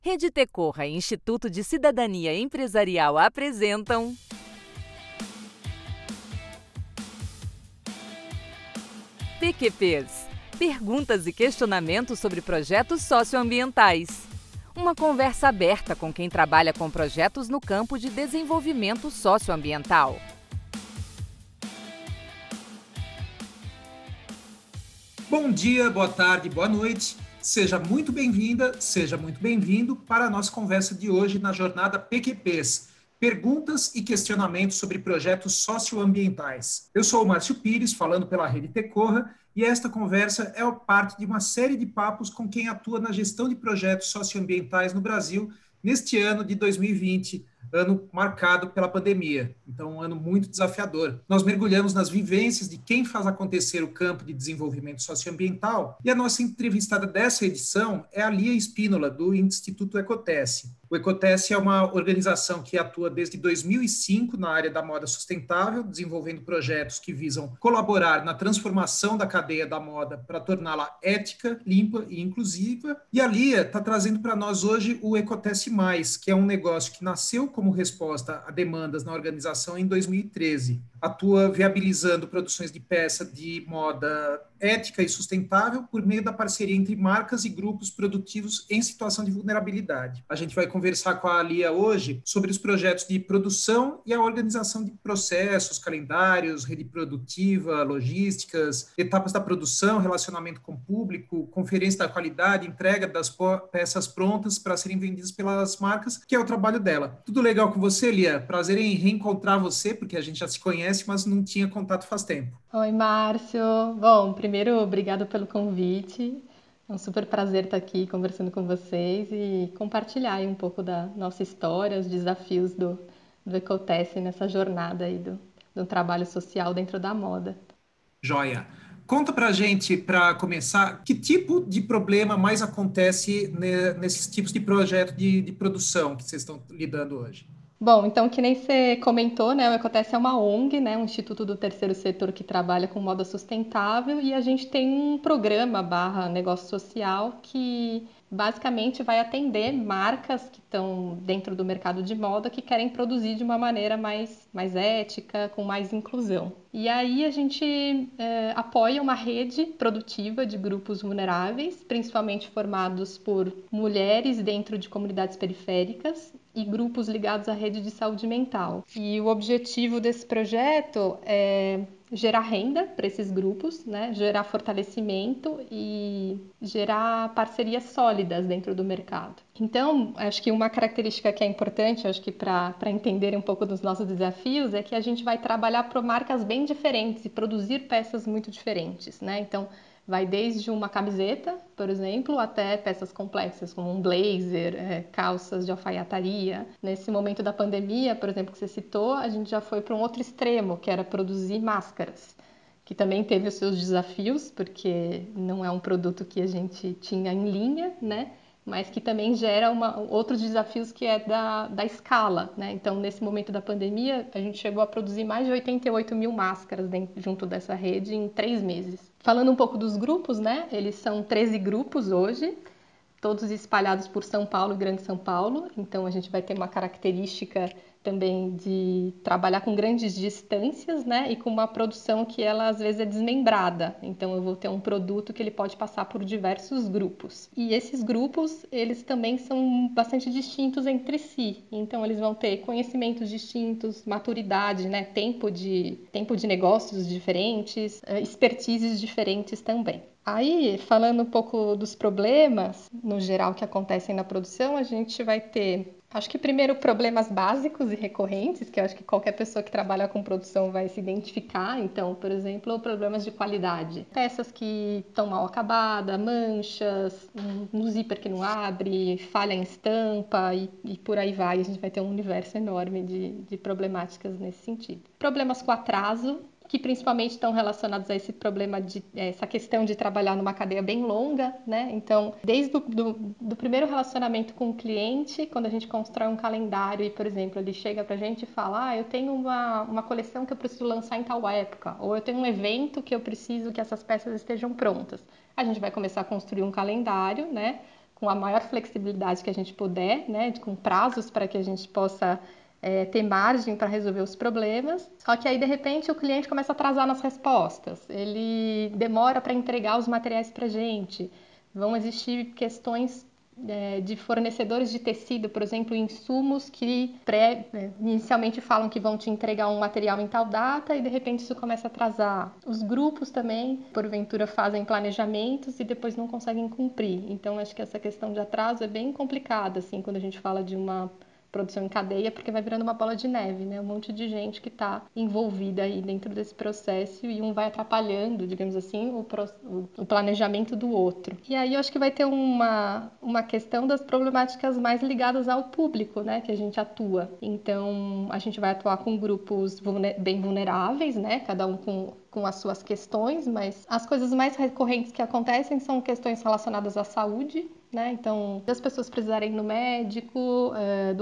Rede Tecorra e Instituto de Cidadania Empresarial apresentam PQPs, perguntas e questionamentos sobre projetos socioambientais. Uma conversa aberta com quem trabalha com projetos no campo de desenvolvimento socioambiental. Bom dia, boa tarde, boa noite. Seja muito bem-vinda, seja muito bem-vindo para a nossa conversa de hoje na jornada PQPs, perguntas e questionamentos sobre projetos socioambientais. Eu sou o Márcio Pires, falando pela Rede Tecorra, e esta conversa é parte de uma série de papos com quem atua na gestão de projetos socioambientais no Brasil neste ano de 2020, ano marcado pela pandemia. Então, um ano muito desafiador. Nós mergulhamos nas vivências de quem faz acontecer o campo de desenvolvimento socioambiental, e a nossa entrevistada dessa edição é a Lia Espínola, do Instituto Ecotesse. O Ecotesse é uma organização que atua desde 2005 na área da moda sustentável, desenvolvendo projetos que visam colaborar na transformação da cadeia da moda para torná-la ética, limpa e inclusiva. E a Lia está trazendo para nós hoje o Ecotesse Mais, que é um negócio que nasceu como resposta a demandas na organização em 2013. Atua viabilizando produções de peça de moda ética e sustentável por meio da parceria entre marcas e grupos produtivos em situação de vulnerabilidade. A gente vai conversar com a Lia hoje sobre os projetos de produção e a organização de processos, calendários, rede produtiva, logísticas, etapas da produção, relacionamento com o público, conferência da qualidade, entrega das peças prontas para serem vendidas pelas marcas, que é o trabalho dela. Tudo legal com você, Lia? Prazer em reencontrar você, porque a gente já se conhece, mas não tinha contato faz tempo. Oi, Márcio. Bom, primeiro, obrigado pelo convite. É um super prazer estar aqui conversando com vocês e compartilhar aí um pouco da nossa história, os desafios do Ecotesse nessa jornada aí do trabalho social dentro da moda. Joia. Conta pra gente, para começar, que tipo de problema mais acontece nesses tipos de projeto de produção que vocês estão lidando hoje? Bom, então, que nem você comentou, né? O Ecotesse é uma ONG, né? Um instituto do terceiro setor que trabalha com moda sustentável e a gente tem um programa barra negócio social que basicamente vai atender marcas que estão dentro do mercado de moda que querem produzir de uma maneira mais ética, com mais inclusão. E aí a gente apoia uma rede produtiva de grupos vulneráveis, principalmente formados por mulheres dentro de comunidades periféricas e grupos ligados à rede de saúde mental. E o objetivo desse projeto é gerar renda para esses grupos, né? Gerar fortalecimento e gerar parcerias sólidas dentro do mercado. Então, acho que uma característica que é importante, acho que para entender um pouco dos nossos desafios, é que a gente vai trabalhar para marcas bem diferentes e produzir peças muito diferentes, né? Então, vai desde uma camiseta, por exemplo, até peças complexas, como um blazer, calças de alfaiataria. Nesse momento da pandemia, por exemplo, que você citou, a gente já foi para um outro extremo, que era produzir máscaras, que também teve os seus desafios, porque não é um produto que a gente tinha em linha, né? Mas que também gera outros desafios que é da escala, né? Então, nesse momento da pandemia, a gente chegou a produzir mais de 88 mil máscaras junto dessa rede em 3 meses. Falando um pouco dos grupos, né? Eles são 13 grupos hoje, todos espalhados por São Paulo e Grande São Paulo. Então, a gente vai ter uma característica também de trabalhar com grandes distâncias, né? E com uma produção que ela às vezes é desmembrada. Então eu vou ter um produto que ele pode passar por diversos grupos. E esses grupos, eles também são bastante distintos entre si. Então eles vão ter conhecimentos distintos, maturidade, né? Tempo de negócios diferentes, expertises diferentes também. Aí, falando um pouco dos problemas, no geral, que acontecem na produção, a gente vai ter, acho que primeiro, problemas básicos e recorrentes, que eu acho que qualquer pessoa que trabalha com produção vai se identificar. Então, por exemplo, problemas de qualidade. Peças que estão mal acabadas, manchas, um zíper que não abre, falha em estampa e por aí vai. A gente vai ter um universo enorme de problemáticas nesse sentido. Problemas com atraso, que principalmente estão relacionados a esse problema essa questão de trabalhar numa cadeia bem longa, né? Então, desde do primeiro relacionamento com o cliente, quando a gente constrói um calendário e, por exemplo, ele chega pra gente e fala, eu tenho uma coleção que eu preciso lançar em tal época, ou eu tenho um evento que eu preciso que essas peças estejam prontas. A gente vai começar a construir um calendário, né? com a maior flexibilidade que a gente puder, né, com prazos para que a gente possa ter margem para resolver os problemas. Só que aí, de repente, o cliente começa a atrasar nas respostas, ele demora para entregar os materiais para a gente, vão existir questões de fornecedores de tecido, por exemplo, insumos que inicialmente falam que vão te entregar um material em tal data e de repente isso começa a atrasar. Os grupos também, porventura, fazem planejamentos e depois não conseguem cumprir. Então, acho que essa questão de atraso é bem complicada, assim, quando a gente fala de uma produção em cadeia, porque vai virando uma bola de neve, né? Um monte de gente que está envolvida aí dentro desse processo e um vai atrapalhando, digamos assim, o planejamento do outro. E aí eu acho que vai ter uma questão das problemáticas mais ligadas ao público, né? Que a gente atua. Então, a gente vai atuar com grupos bem vulneráveis, né? Cada um com as suas questões, mas as coisas mais recorrentes que acontecem são questões relacionadas à saúde, né? Então, se as pessoas precisarem ir no médico,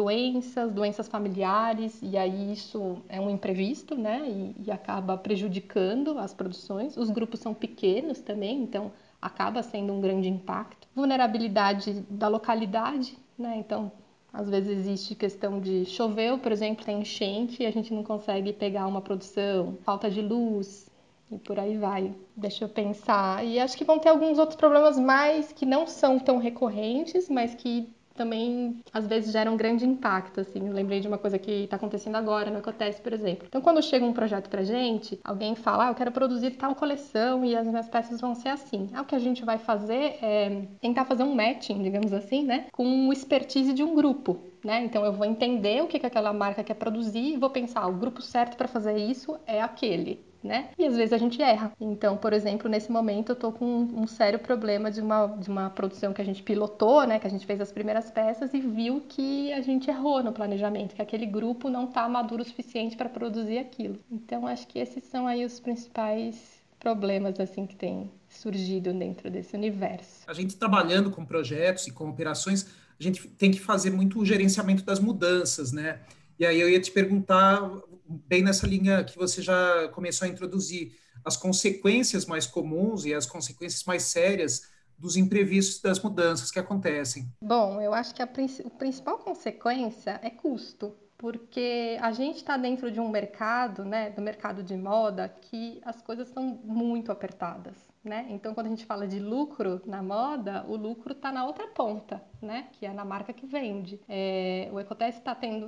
doenças familiares, e aí isso é um imprevisto, né? E acaba prejudicando as produções. Os grupos são pequenos também, então acaba sendo um grande impacto. Vulnerabilidade da localidade, né? Então, às vezes existe questão de choveu, por exemplo, tem enchente e a gente não consegue pegar uma produção, falta de luz, e por aí vai. Deixa eu pensar. E acho que vão ter alguns outros problemas mais que não são tão recorrentes, mas que também, às vezes, geram um grande impacto, assim. Eu lembrei de uma coisa que está acontecendo agora no Ecoteste, por exemplo. Então, quando chega um projeto pra gente, alguém fala, eu quero produzir tal coleção e as minhas peças vão ser assim. O que a gente vai fazer é tentar fazer um matching, digamos assim, né? Com o expertise de um grupo, né? Então, eu vou entender o que aquela marca quer produzir e vou pensar, o grupo certo para fazer isso é aquele. Né? E às vezes a gente erra. Então, por exemplo, nesse momento eu tô com um sério problema de uma produção que a gente pilotou, né? Que a gente fez as primeiras peças e viu que a gente errou no planejamento, que aquele grupo não tá maduro o suficiente para produzir aquilo. Então, acho que esses são aí os principais problemas assim que têm surgido dentro desse universo. A gente trabalhando com projetos e com operações, a gente tem que fazer muito o gerenciamento das mudanças, né? E aí eu ia te perguntar, bem nessa linha que você já começou a introduzir, as consequências mais comuns e as consequências mais sérias dos imprevistos das mudanças que acontecem. Bom, eu acho que a principal consequência é custo, porque a gente está dentro de um mercado, né, do mercado de moda, que as coisas estão muito apertadas, né? Então, quando a gente fala de lucro na moda, o lucro está na outra ponta, né, que é na marca que vende. O Ecoteste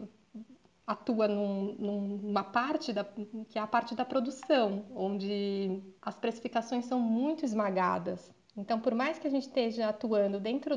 atua numa parte que é a parte da produção, onde as precificações são muito esmagadas. Então, por mais que a gente esteja atuando dentro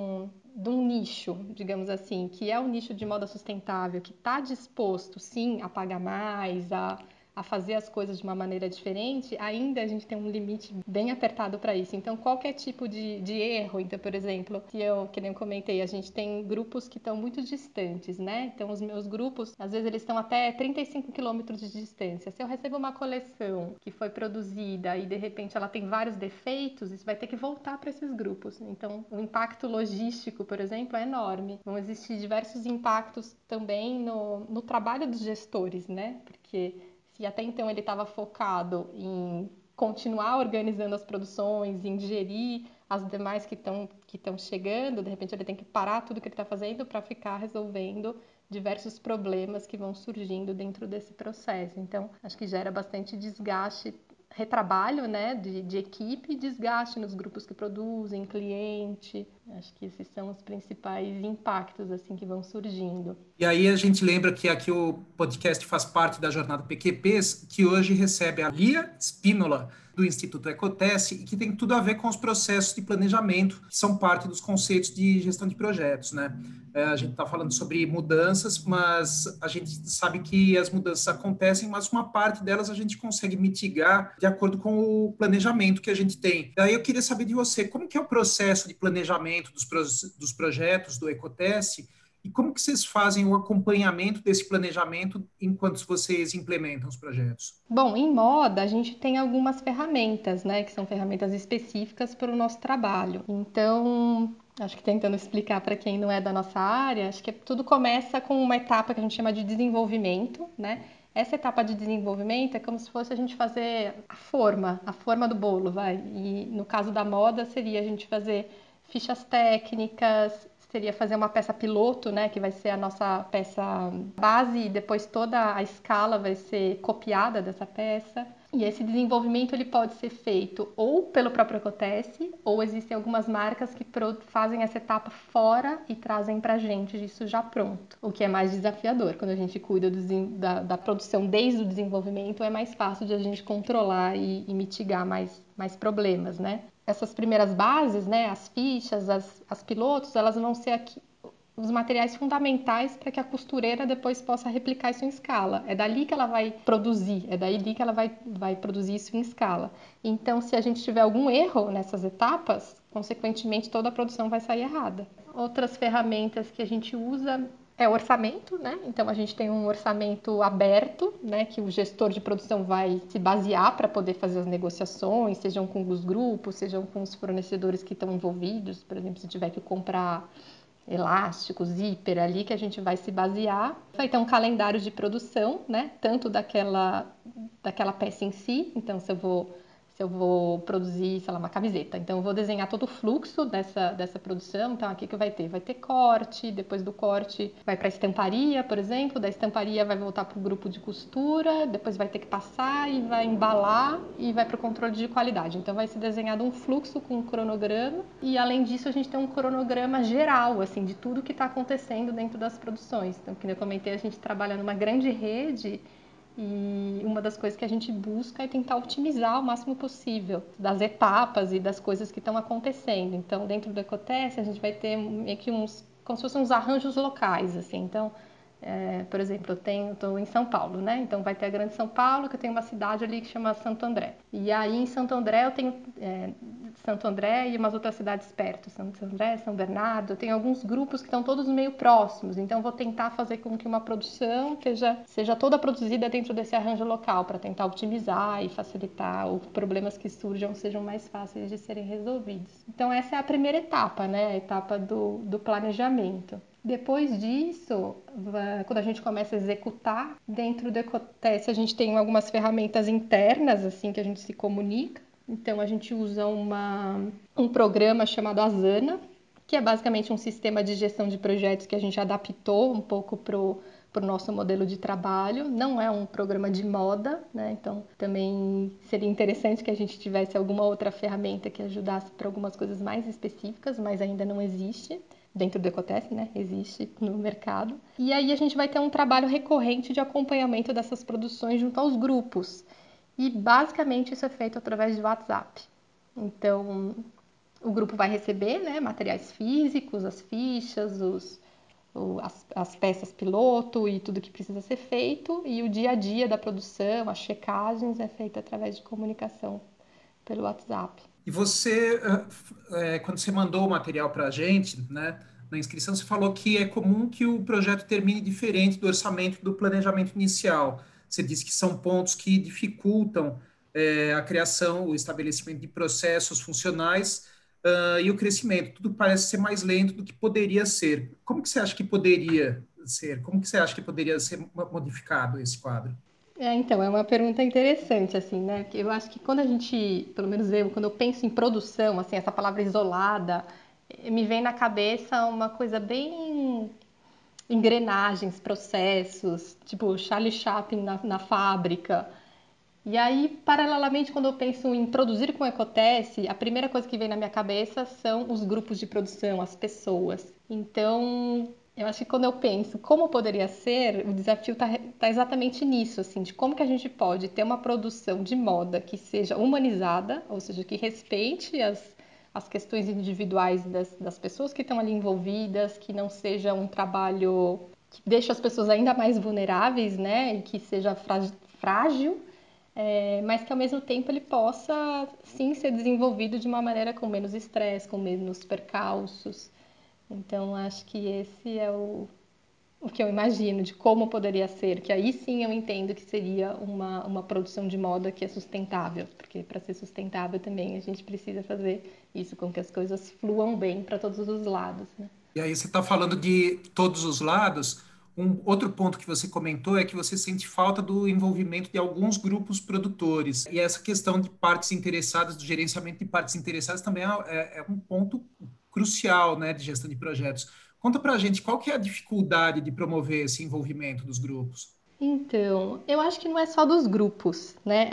de um nicho, digamos assim, que é o nicho de moda sustentável, que está disposto, sim, a pagar mais, a fazer as coisas de uma maneira diferente, ainda a gente tem um limite bem apertado para isso. Então, qualquer tipo de erro, então, por exemplo, que nem eu comentei, a gente tem grupos que estão muito distantes, né? Então, os meus grupos, às vezes, eles estão até 35 quilômetros de distância. Se eu recebo uma coleção que foi produzida e, de repente, ela tem vários defeitos, isso vai ter que voltar para esses grupos. Então, o impacto logístico, por exemplo, é enorme. Vão existir diversos impactos também no trabalho dos gestores, né? Porque se até então ele estava focado em continuar organizando as produções, em gerir as demais que estão chegando, de repente ele tem que parar tudo que ele está fazendo para ficar resolvendo diversos problemas que vão surgindo dentro desse processo. Então, acho que gera bastante desgaste, retrabalho, né, de equipe, desgaste nos grupos que produzem, cliente. Acho que esses são os principais impactos assim que vão surgindo. E aí a gente lembra que aqui o podcast faz parte da jornada PQPs, que hoje recebe a Lia Spínola, do Instituto Ecoteste, e que tem tudo a ver com os processos de planejamento, que são parte dos conceitos de gestão de projetos, né? A gente está falando sobre mudanças, mas a gente sabe que as mudanças acontecem, mas uma parte delas a gente consegue mitigar de acordo com o planejamento que a gente tem. Daí eu queria saber de você, como que é o processo de planejamento dos projetos do Ecoteste, e como que vocês fazem o acompanhamento desse planejamento enquanto vocês implementam os projetos? Bom, em moda a gente tem algumas ferramentas, né, que são ferramentas específicas para o nosso trabalho. Então, acho que tentando explicar para quem não é da nossa área, acho que tudo começa com uma etapa que a gente chama de desenvolvimento, né? Essa etapa de desenvolvimento é como se fosse a gente fazer a forma do bolo, vai. E no caso da moda seria a gente fazer fichas técnicas, seria fazer uma peça piloto, né, que vai ser a nossa peça base e depois toda a escala vai ser copiada dessa peça. E esse desenvolvimento ele pode ser feito ou pelo próprio Ecotesse, ou existem algumas marcas que fazem essa etapa fora e trazem pra gente isso já pronto, o que é mais desafiador. Quando a gente cuida da produção desde o desenvolvimento, é mais fácil de a gente controlar e mitigar mais problemas, né? Essas primeiras bases, né, as fichas, as pilotos, elas vão ser aqui os materiais fundamentais para que a costureira depois possa replicar isso em escala. É dali que ela vai produzir, é dali que ela vai produzir isso em escala. Então, se a gente tiver algum erro nessas etapas, consequentemente toda a produção vai sair errada. Outras ferramentas que a gente usa é o orçamento, né? Então a gente tem um orçamento aberto, né? Que o gestor de produção vai se basear para poder fazer as negociações, sejam com os grupos, sejam com os fornecedores que estão envolvidos. Por exemplo, se tiver que comprar elástico, zíper ali que a gente vai se basear. Vai ter um calendário de produção, né? Tanto daquela peça em si, então se eu vou produzir, sei lá, uma camiseta, então eu vou desenhar todo o fluxo dessa produção, então aqui que vai ter? Vai ter corte, depois do corte vai para a estamparia, por exemplo, da estamparia vai voltar para o grupo de costura, depois vai ter que passar e vai embalar e vai para o controle de qualidade. Então vai ser desenhado um fluxo com um cronograma e além disso a gente tem um cronograma geral, assim, de tudo que está acontecendo dentro das produções. Então, como eu comentei, a gente trabalha numa grande rede e uma das coisas que a gente busca é tentar otimizar o máximo possível das etapas e das coisas que estão acontecendo. Então, dentro do Ecotesse, a gente vai ter meio que como se fossem uns arranjos locais, assim. Então, por exemplo, eu estou em São Paulo, né? Então vai ter a Grande São Paulo, que eu tenho uma cidade ali que chama Santo André. E aí em Santo André eu tenho Santo André e umas outras cidades perto, Santo André, São Bernardo. Eu tenho alguns grupos que estão todos meio próximos, então vou tentar fazer com que uma produção seja toda produzida dentro desse arranjo local, para tentar otimizar e facilitar os problemas que surjam sejam mais fáceis de serem resolvidos. Então essa é a primeira etapa, né? A etapa do planejamento. Depois disso, quando a gente começa a executar, dentro do Ecotesse a gente tem algumas ferramentas internas, assim, que a gente se comunica. Então a gente usa um programa chamado Asana, que é basicamente um sistema de gestão de projetos que a gente adaptou um pouco para o nosso modelo de trabalho. Não é um programa de moda, né? Então também seria interessante que a gente tivesse alguma outra ferramenta que ajudasse para algumas coisas mais específicas, mas ainda não existe. Dentro do Ecotesse, né? Existe no mercado. E aí a gente vai ter um trabalho recorrente de acompanhamento dessas produções junto aos grupos. E basicamente isso é feito através de WhatsApp. Então, o grupo vai receber, né, materiais físicos, as fichas, as peças piloto e tudo que precisa ser feito. E o dia a dia da produção, as checagens, é feito através de comunicação pelo WhatsApp. E você, quando você mandou o material para a gente, né, na inscrição, você falou que é comum que o projeto termine diferente do orçamento do planejamento inicial. Você disse que são pontos que dificultam a criação, o estabelecimento de processos funcionais e o crescimento. Tudo parece ser mais lento do que poderia ser. Como que você acha que poderia ser? Como que você acha que poderia ser modificado esse quadro? Então, é uma pergunta interessante, assim, né? Porque eu acho que quando a gente, pelo menos eu, quando eu penso em produção, assim, essa palavra isolada, me vem na cabeça uma coisa bem engrenagens, processos, tipo Charlie Chaplin na fábrica. E aí, paralelamente, quando eu penso em produzir com Ecotesse, a primeira coisa que vem na minha cabeça são os grupos de produção, as pessoas. Então, eu acho que quando eu penso como poderia ser, o desafio está exatamente nisso, assim, de como que a gente pode ter uma produção de moda que seja humanizada, ou seja, que respeite as questões individuais das pessoas que estão ali envolvidas, que não seja um trabalho que deixe as pessoas ainda mais vulneráveis, né, e que seja frágil, mas que ao mesmo tempo ele possa sim ser desenvolvido de uma maneira com menos estresse, com menos percalços. Então acho que esse é o que eu imagino de como poderia ser, que aí sim eu entendo que seria uma produção de moda que é sustentável, porque para ser sustentável também a gente precisa fazer isso com que as coisas fluam bem para todos os lados, né? E aí você está falando de todos os lados. Um outro ponto que você comentou é que você sente falta do envolvimento de alguns grupos produtores. E essa questão de partes interessadas, do gerenciamento de partes interessadas também é um ponto crucial, né, de gestão de projetos. Conta para a gente qual que é a dificuldade de promover esse envolvimento dos grupos. Então, eu acho que não é só dos grupos, né?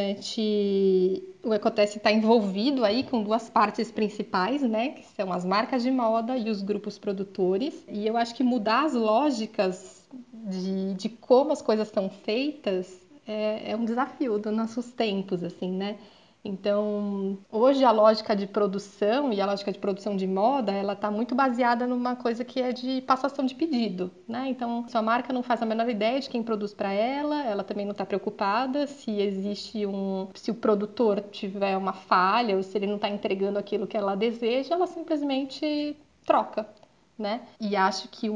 O Ecoteste está envolvido aí com duas partes principais, né? Que são as marcas de moda e os grupos produtores. E eu acho que mudar as lógicas de como as coisas são feitas é um desafio dos nossos tempos, assim, né? Então, hoje a lógica de produção e a lógica de produção de moda, ela está muito baseada numa coisa que é de passação de pedido, né? Então, sua marca não faz a menor ideia de quem produz para ela também não está preocupada se o produtor tiver uma falha ou se ele não está entregando aquilo que ela deseja, ela simplesmente troca, né? E acho que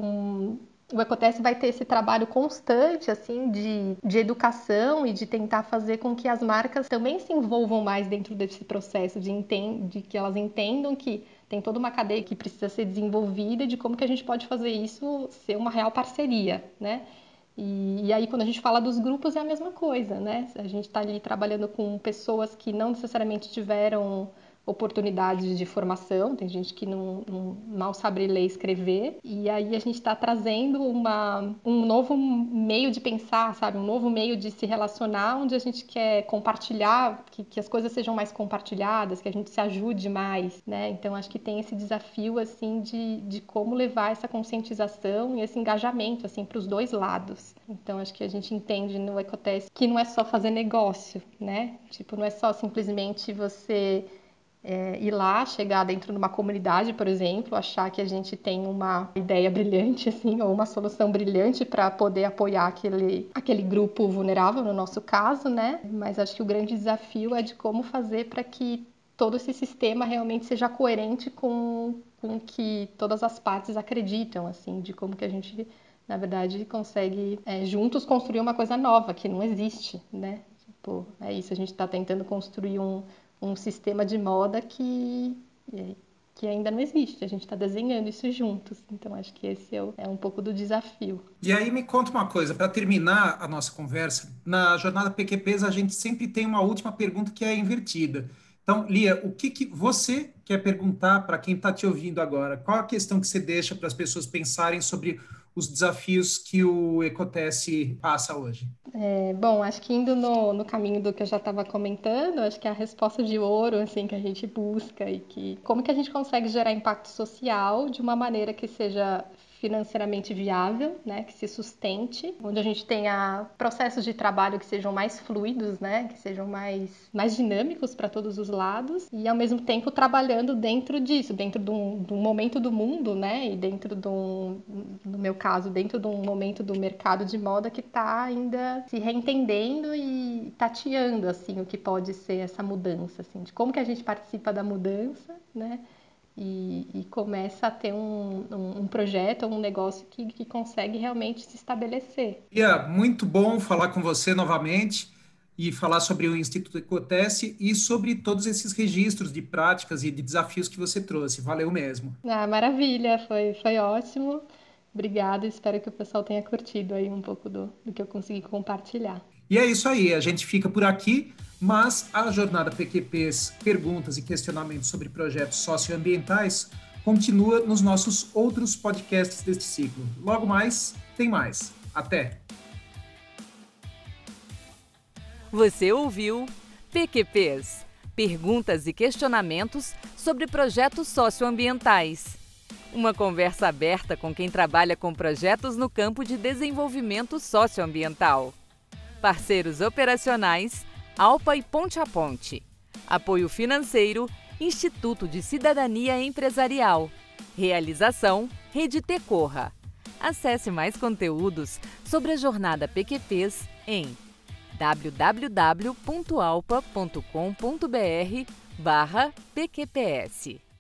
o Ecoteste vai ter esse trabalho constante, assim, de educação e de tentar fazer com que as marcas também se envolvam mais dentro desse processo, de que elas entendam que tem toda uma cadeia que precisa ser desenvolvida e de como que a gente pode fazer isso ser uma real parceria, né? E aí, quando a gente fala dos grupos, é a mesma coisa, né? A gente está ali trabalhando com pessoas que não necessariamente tiveram oportunidades de formação, tem gente que não mal sabe ler e escrever, e aí a gente está trazendo um novo meio de pensar, sabe? Um novo meio de se relacionar, onde a gente quer compartilhar, que as coisas sejam mais compartilhadas, que a gente se ajude mais, né? Então, acho que tem esse desafio, assim, de como levar essa conscientização e esse engajamento, assim, para os dois lados. Então, acho que a gente entende no Ecoteste que não é só fazer negócio, né? Tipo, não é só simplesmente você ir lá, chegar dentro de uma comunidade, por exemplo, achar que a gente tem uma ideia brilhante, assim, ou uma solução brilhante para poder apoiar aquele grupo vulnerável, no nosso caso, né? Mas acho que o grande desafio é de como fazer para que todo esse sistema realmente seja coerente com o que todas as partes acreditam, assim, de como que a gente, na verdade, consegue juntos construir uma coisa nova, que não existe, né? Tipo, é isso, a gente está tentando construir um sistema de moda que ainda não existe. A gente está desenhando isso juntos. Então, acho que esse é um pouco do desafio. E aí me conta uma coisa, para terminar a nossa conversa, na jornada PQPs a gente sempre tem uma última pergunta que é invertida. Então, Lia, o que você quer perguntar para quem está te ouvindo agora? Qual a questão que você deixa para as pessoas pensarem sobre os desafios que o Ecotesse passa hoje? Bom, acho que indo no caminho do que eu já estava comentando, acho que é a resposta de ouro, assim, que a gente busca e como que a gente consegue gerar impacto social de uma maneira que seja financeiramente viável, né, que se sustente, onde a gente tenha processos de trabalho que sejam mais fluidos, né, que sejam mais dinâmicos para todos os lados e ao mesmo tempo trabalhando dentro disso, dentro de um momento do mundo, né, e no meu caso, dentro de um momento do mercado de moda que está ainda se reentendendo e tateando, assim, o que pode ser essa mudança, assim, de como que a gente participa da mudança, né, e começa a ter um projeto, um negócio que consegue realmente se estabelecer. Lia, muito bom falar com você novamente e falar sobre o Instituto Ecotesse e sobre todos esses registros de práticas e de desafios que você trouxe. Valeu mesmo. Ah, maravilha, foi ótimo. Obrigada, espero que o pessoal tenha curtido aí um pouco do que eu consegui compartilhar. E é isso aí, a gente fica por aqui, mas a jornada PQPs, perguntas e questionamentos sobre projetos socioambientais, continua nos nossos outros podcasts deste ciclo. Logo mais, tem mais. Até! Você ouviu PQPs, perguntas e questionamentos sobre projetos socioambientais. Uma conversa aberta com quem trabalha com projetos no campo de desenvolvimento socioambiental. Parceiros operacionais, Alpa e Ponte a Ponte. Apoio financeiro, Instituto de Cidadania Empresarial. Realização, Rede Tecorra. Acesse mais conteúdos sobre a jornada PQPs em www.alpa.com.br/PQPS.